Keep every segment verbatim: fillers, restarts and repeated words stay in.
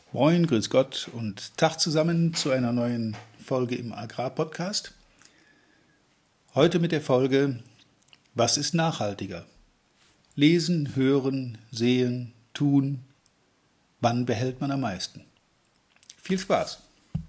Moin, grüß Gott und Tag zusammen zu einer neuen Folge im Agrarpodcast. Heute mit der Folge: Was ist nachhaltiger? Lesen, hören, sehen, tun. Wann behält man am meisten? Viel Spaß!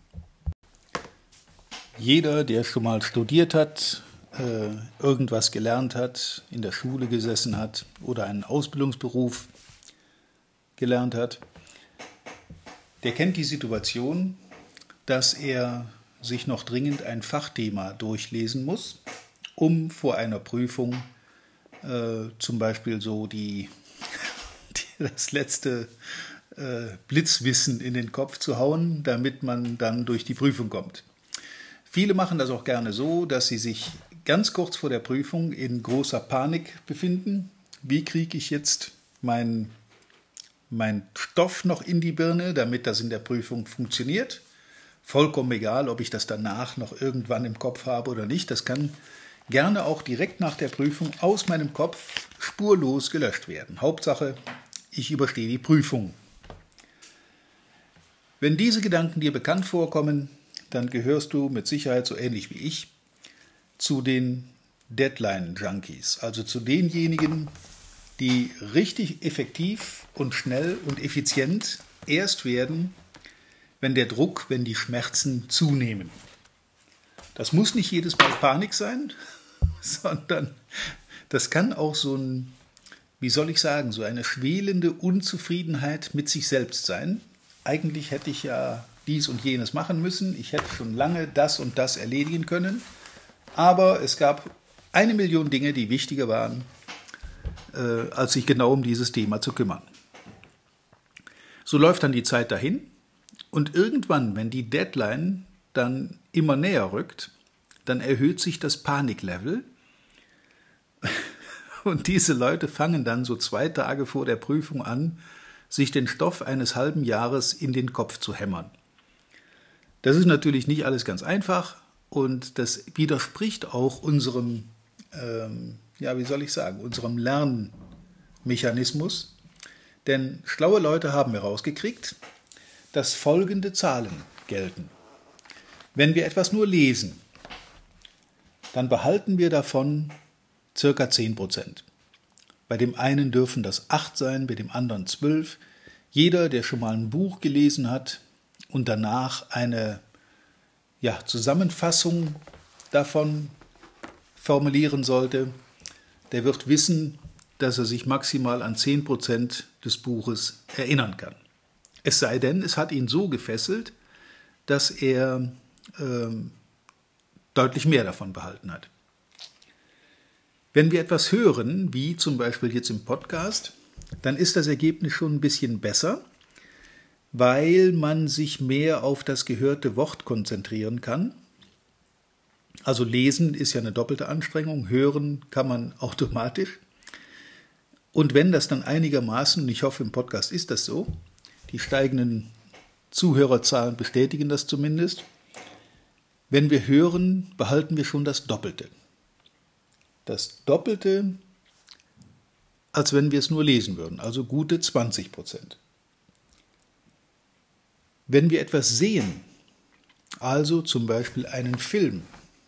Jeder, der schon mal studiert hat, äh, irgendwas gelernt hat, in der Schule gesessen hat oder einen Ausbildungsberuf gelernt hat, der kennt die Situation, dass er sich noch dringend ein Fachthema durchlesen muss, um vor einer Prüfung äh, zum Beispiel so die, die, das letzte äh, Blitzwissen in den Kopf zu hauen, damit man dann durch die Prüfung kommt. Viele machen das auch gerne so, dass sie sich ganz kurz vor der Prüfung in großer Panik befinden. Wie kriege ich jetzt meinen mein Stoff noch in die Birne, damit das in der Prüfung funktioniert? Vollkommen egal, ob ich das danach noch irgendwann im Kopf habe oder nicht. Das kann gerne auch direkt nach der Prüfung aus meinem Kopf spurlos gelöscht werden. Hauptsache, ich überstehe die Prüfung. Wenn diese Gedanken dir bekannt vorkommen, dann gehörst du mit Sicherheit so ähnlich wie ich zu den Deadline-Junkies, also zu denjenigen, die richtig effektiv und schnell und effizient erst werden, wenn der Druck, wenn die Schmerzen zunehmen. Das muss nicht jedes Mal Panik sein, sondern das kann auch so ein, wie soll ich sagen, so eine schwelende Unzufriedenheit mit sich selbst sein. Eigentlich hätte ich ja dies und jenes machen müssen, ich hätte schon lange das und das erledigen können, aber es gab eine Million Dinge, die wichtiger waren, äh, als sich genau um dieses Thema zu kümmern. So läuft dann die Zeit dahin und irgendwann, wenn die Deadline dann immer näher rückt, dann erhöht sich das Paniklevel und diese Leute fangen dann so zwei Tage vor der Prüfung an, sich den Stoff eines halben Jahres in den Kopf zu hämmern. Das ist natürlich nicht alles ganz einfach und das widerspricht auch unserem, ähm, ja, wie soll ich sagen, unserem Lernmechanismus. Denn schlaue Leute haben herausgekriegt, dass folgende Zahlen gelten. Wenn wir etwas nur lesen, dann behalten wir davon circa zehn Prozent. Bei dem einen dürfen das acht sein, bei dem anderen zwölf. Jeder, der schon mal ein Buch gelesen hat und danach eine ja, Zusammenfassung davon formulieren sollte, der wird wissen, dass er sich maximal an zehn Prozent des Buches erinnern kann. Es sei denn, es hat ihn so gefesselt, dass er ähm, deutlich mehr davon behalten hat. Wenn wir etwas hören, wie zum Beispiel jetzt im Podcast, dann ist das Ergebnis schon ein bisschen besser, weil man sich mehr auf das gehörte Wort konzentrieren kann. Also lesen ist ja eine doppelte Anstrengung, hören kann man automatisch. Und wenn das dann einigermaßen, und ich hoffe im Podcast ist das so, die steigenden Zuhörerzahlen bestätigen das zumindest, wenn wir hören, behalten wir schon das Doppelte. Das Doppelte, als wenn wir es nur lesen würden, also gute zwanzig Prozent. Wenn wir etwas sehen, also zum Beispiel einen Film,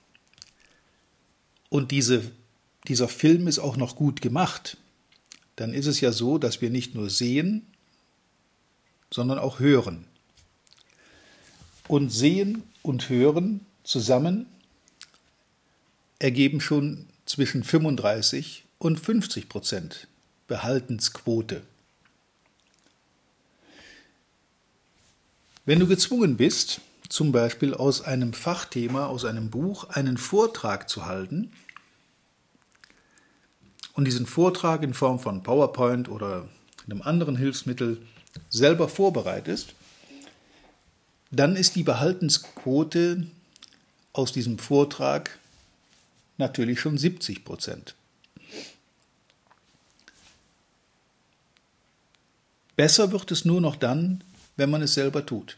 und diese, dieser Film ist auch noch gut gemacht, dann ist es ja so, dass wir nicht nur sehen, sondern auch hören. Und sehen und hören zusammen ergeben schon zwischen fünfunddreißig und fünfzig Prozent Behaltensquote. Wenn du gezwungen bist, zum Beispiel aus einem Fachthema, aus einem Buch, einen Vortrag zu halten und diesen Vortrag in Form von PowerPoint oder einem anderen Hilfsmittel selber vorbereitest, dann ist die Behaltensquote aus diesem Vortrag natürlich schon siebzig Prozent. Besser wird es nur noch dann, wenn man es selber tut.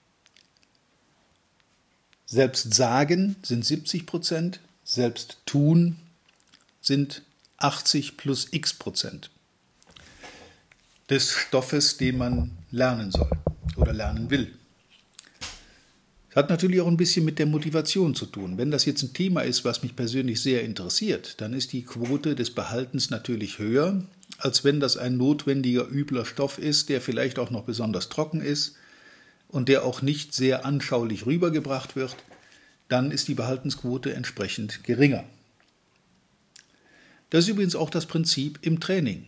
Selbst sagen sind siebzig Prozent, selbst tun sind achtzig plus x Prozent des Stoffes, den man lernen soll. oder lernen will. Es hat natürlich auch ein bisschen mit der Motivation zu tun. Wenn das jetzt ein Thema ist, was mich persönlich sehr interessiert, dann ist die Quote des Behaltens natürlich höher, als wenn das ein notwendiger, übler Stoff ist, der vielleicht auch noch besonders trocken ist und der auch nicht sehr anschaulich rübergebracht wird. Dann ist die Behaltensquote entsprechend geringer. Das ist übrigens auch das Prinzip im Training.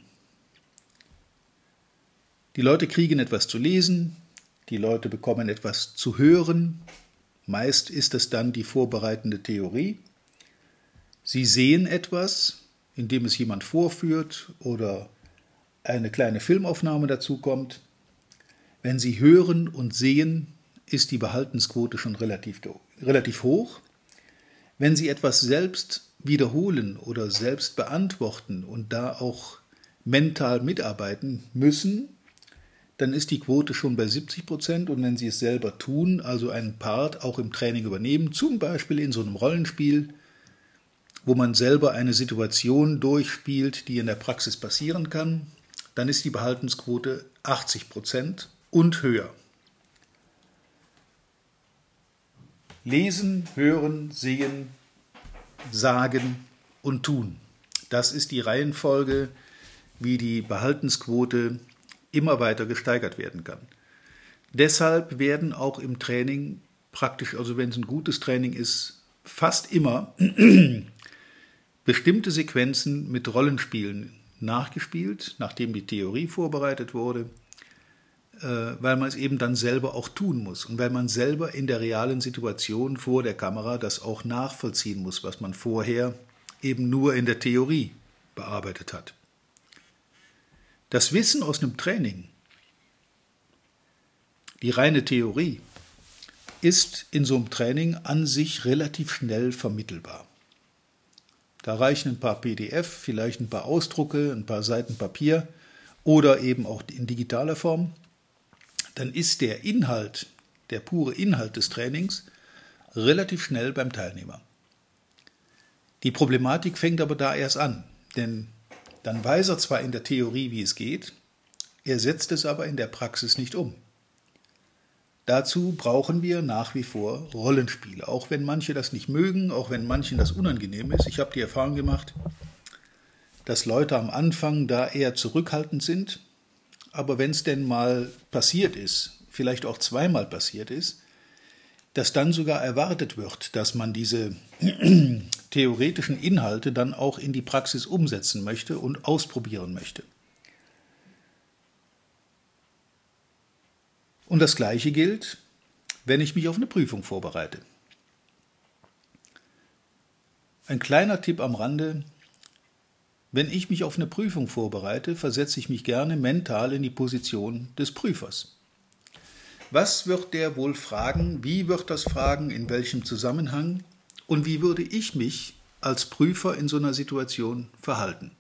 Die Leute kriegen etwas zu lesen, die Leute bekommen etwas zu hören. Meist ist es dann die vorbereitende Theorie. Sie sehen etwas, indem es jemand vorführt oder eine kleine Filmaufnahme dazu kommt. Wenn Sie hören und sehen, ist die Behaltensquote schon relativ, relativ hoch. Wenn Sie etwas selbst wiederholen oder selbst beantworten und da auch mental mitarbeiten müssen, dann ist die Quote schon bei siebzig Prozent. Und wenn Sie es selber tun, also einen Part auch im Training übernehmen, zum Beispiel in so einem Rollenspiel, wo man selber eine Situation durchspielt, die in der Praxis passieren kann, dann ist die Behaltensquote achtzig Prozent und höher. Lesen, hören, sehen, sagen und tun. Das ist die Reihenfolge, wie die Behaltensquote immer weiter gesteigert werden kann. Deshalb werden auch im Training praktisch, also wenn es ein gutes Training ist, fast immer bestimmte Sequenzen mit Rollenspielen nachgespielt, nachdem die Theorie vorbereitet wurde, weil man es eben dann selber auch tun muss und weil man selber in der realen Situation vor der Kamera das auch nachvollziehen muss, was man vorher eben nur in der Theorie bearbeitet hat. Das Wissen aus einem Training, die reine Theorie, ist in so einem Training an sich relativ schnell vermittelbar. Da reichen ein paar P D F, vielleicht ein paar Ausdrucke, ein paar Seiten Papier oder eben auch in digitaler Form. Dann ist der Inhalt, der pure Inhalt des Trainings relativ schnell beim Teilnehmer. Die Problematik fängt aber da erst an, denn dann weiß er zwar in der Theorie, wie es geht, er setzt es aber in der Praxis nicht um. Dazu brauchen wir nach wie vor Rollenspiele, auch wenn manche das nicht mögen, auch wenn manchen das unangenehm ist. Ich habe die Erfahrung gemacht, dass Leute am Anfang da eher zurückhaltend sind, aber wenn es denn mal passiert ist, vielleicht auch zweimal passiert ist, dass dann sogar erwartet wird, dass man diese theoretischen Inhalte dann auch in die Praxis umsetzen möchte und ausprobieren möchte. Und das Gleiche gilt, wenn ich mich auf eine Prüfung vorbereite. Ein kleiner Tipp am Rande: Wenn ich mich auf eine Prüfung vorbereite, versetze ich mich gerne mental in die Position des Prüfers. Was wird der wohl fragen? Wie wird das fragen? In welchem Zusammenhang? Und wie würde ich mich als Prüfer in so einer Situation verhalten?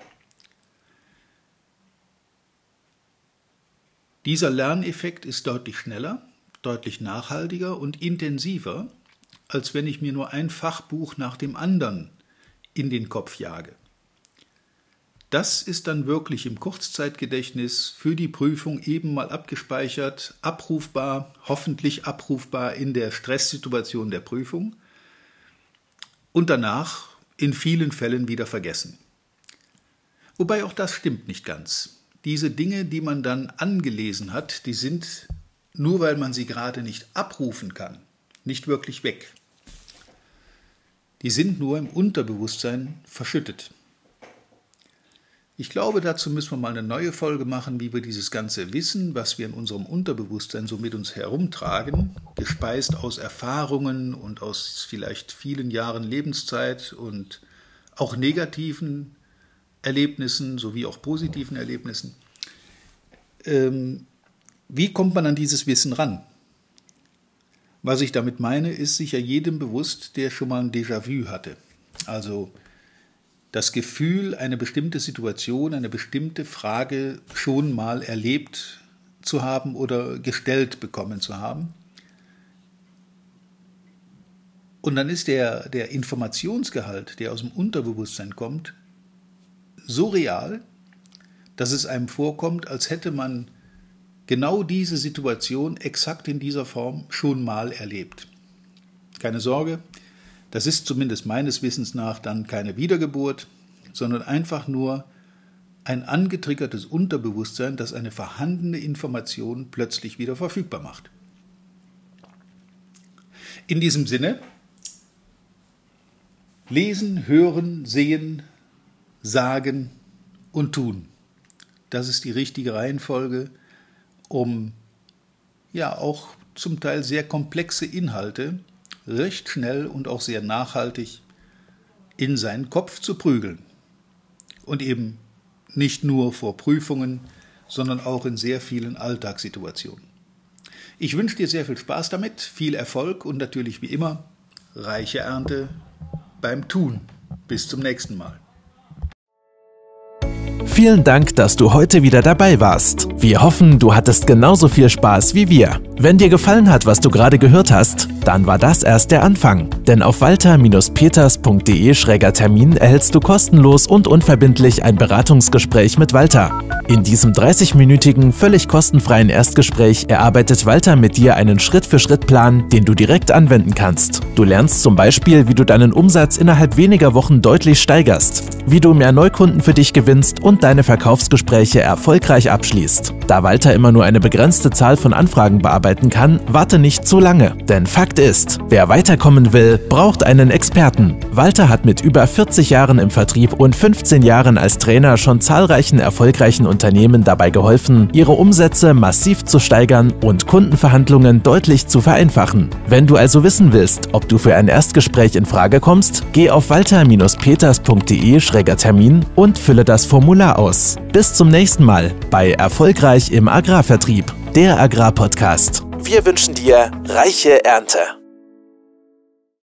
Dieser Lerneffekt ist deutlich schneller, deutlich nachhaltiger und intensiver, als wenn ich mir nur ein Fachbuch nach dem anderen in den Kopf jage. Das ist dann wirklich im Kurzzeitgedächtnis für die Prüfung eben mal abgespeichert, abrufbar, hoffentlich abrufbar in der Stresssituation der Prüfung und danach in vielen Fällen wieder vergessen. Wobei auch das stimmt nicht ganz. Diese Dinge, die man dann angelesen hat, die sind, nur weil man sie gerade nicht abrufen kann, nicht wirklich weg. Die sind nur im Unterbewusstsein verschüttet. Ich glaube, dazu müssen wir mal eine neue Folge machen, wie wir dieses ganze Wissen, was wir in unserem Unterbewusstsein so mit uns herumtragen, gespeist aus Erfahrungen und aus vielleicht vielen Jahren Lebenszeit und auch negativen Erlebnissen sowie auch positiven Erlebnissen. Ähm, wie kommt man an dieses Wissen ran? Was ich damit meine, ist sicher jedem bewusst, der schon mal ein Déjà-vu hatte. Also das Gefühl, eine bestimmte Situation, eine bestimmte Frage schon mal erlebt zu haben oder gestellt bekommen zu haben. Und dann ist der, der Informationsgehalt, der aus dem Unterbewusstsein kommt, so real, dass es einem vorkommt, als hätte man genau diese Situation exakt in dieser Form schon mal erlebt. Keine Sorge, das ist zumindest meines Wissens nach dann keine Wiedergeburt, sondern einfach nur ein angetriggertes Unterbewusstsein, das eine vorhandene Information plötzlich wieder verfügbar macht. In diesem Sinne, lesen, hören, sehen, sagen und tun. Das ist die richtige Reihenfolge, um ja auch zum Teil sehr komplexe Inhalte recht schnell und auch sehr nachhaltig in seinen Kopf zu prügeln. Und eben nicht nur vor Prüfungen, sondern auch in sehr vielen Alltagssituationen. Ich wünsche dir sehr viel Spaß damit, viel Erfolg und natürlich wie immer reiche Ernte beim Tun. Bis zum nächsten Mal. Vielen Dank, dass du heute wieder dabei warst. Wir hoffen, du hattest genauso viel Spaß wie wir. Wenn dir gefallen hat, was du gerade gehört hast, dann war das erst der Anfang. Denn auf walter Bindestrich peters punkt de schräger Termin erhältst du kostenlos und unverbindlich ein Beratungsgespräch mit Walter. In diesem dreißigminütigen, völlig kostenfreien Erstgespräch erarbeitet Walter mit dir einen Schritt-für-Schritt-Plan, den du direkt anwenden kannst. Du lernst zum Beispiel, wie du deinen Umsatz innerhalb weniger Wochen deutlich steigerst, wie du mehr Neukunden für dich gewinnst und deine Verkaufsgespräche erfolgreich abschließt. Da Walter immer nur eine begrenzte Zahl von Anfragen bearbeiten kann, warte nicht zu lange. Denn Fakt ist, wer weiterkommen will, braucht einen Experten. Walter hat mit über vierzig Jahren im Vertrieb und fünfzehn Jahren als Trainer schon zahlreichen erfolgreichen Unternehmen dabei geholfen, ihre Umsätze massiv zu steigern und Kundenverhandlungen deutlich zu vereinfachen. Wenn du also wissen willst, ob du für ein Erstgespräch in Frage kommst, geh auf walter Bindestrich peters punkt de schräger Termin und fülle das Formular aus. Bis zum nächsten Mal bei Erfolgreich im Agrarvertrieb, der Agrarpodcast. Wir wünschen dir reiche Ernte.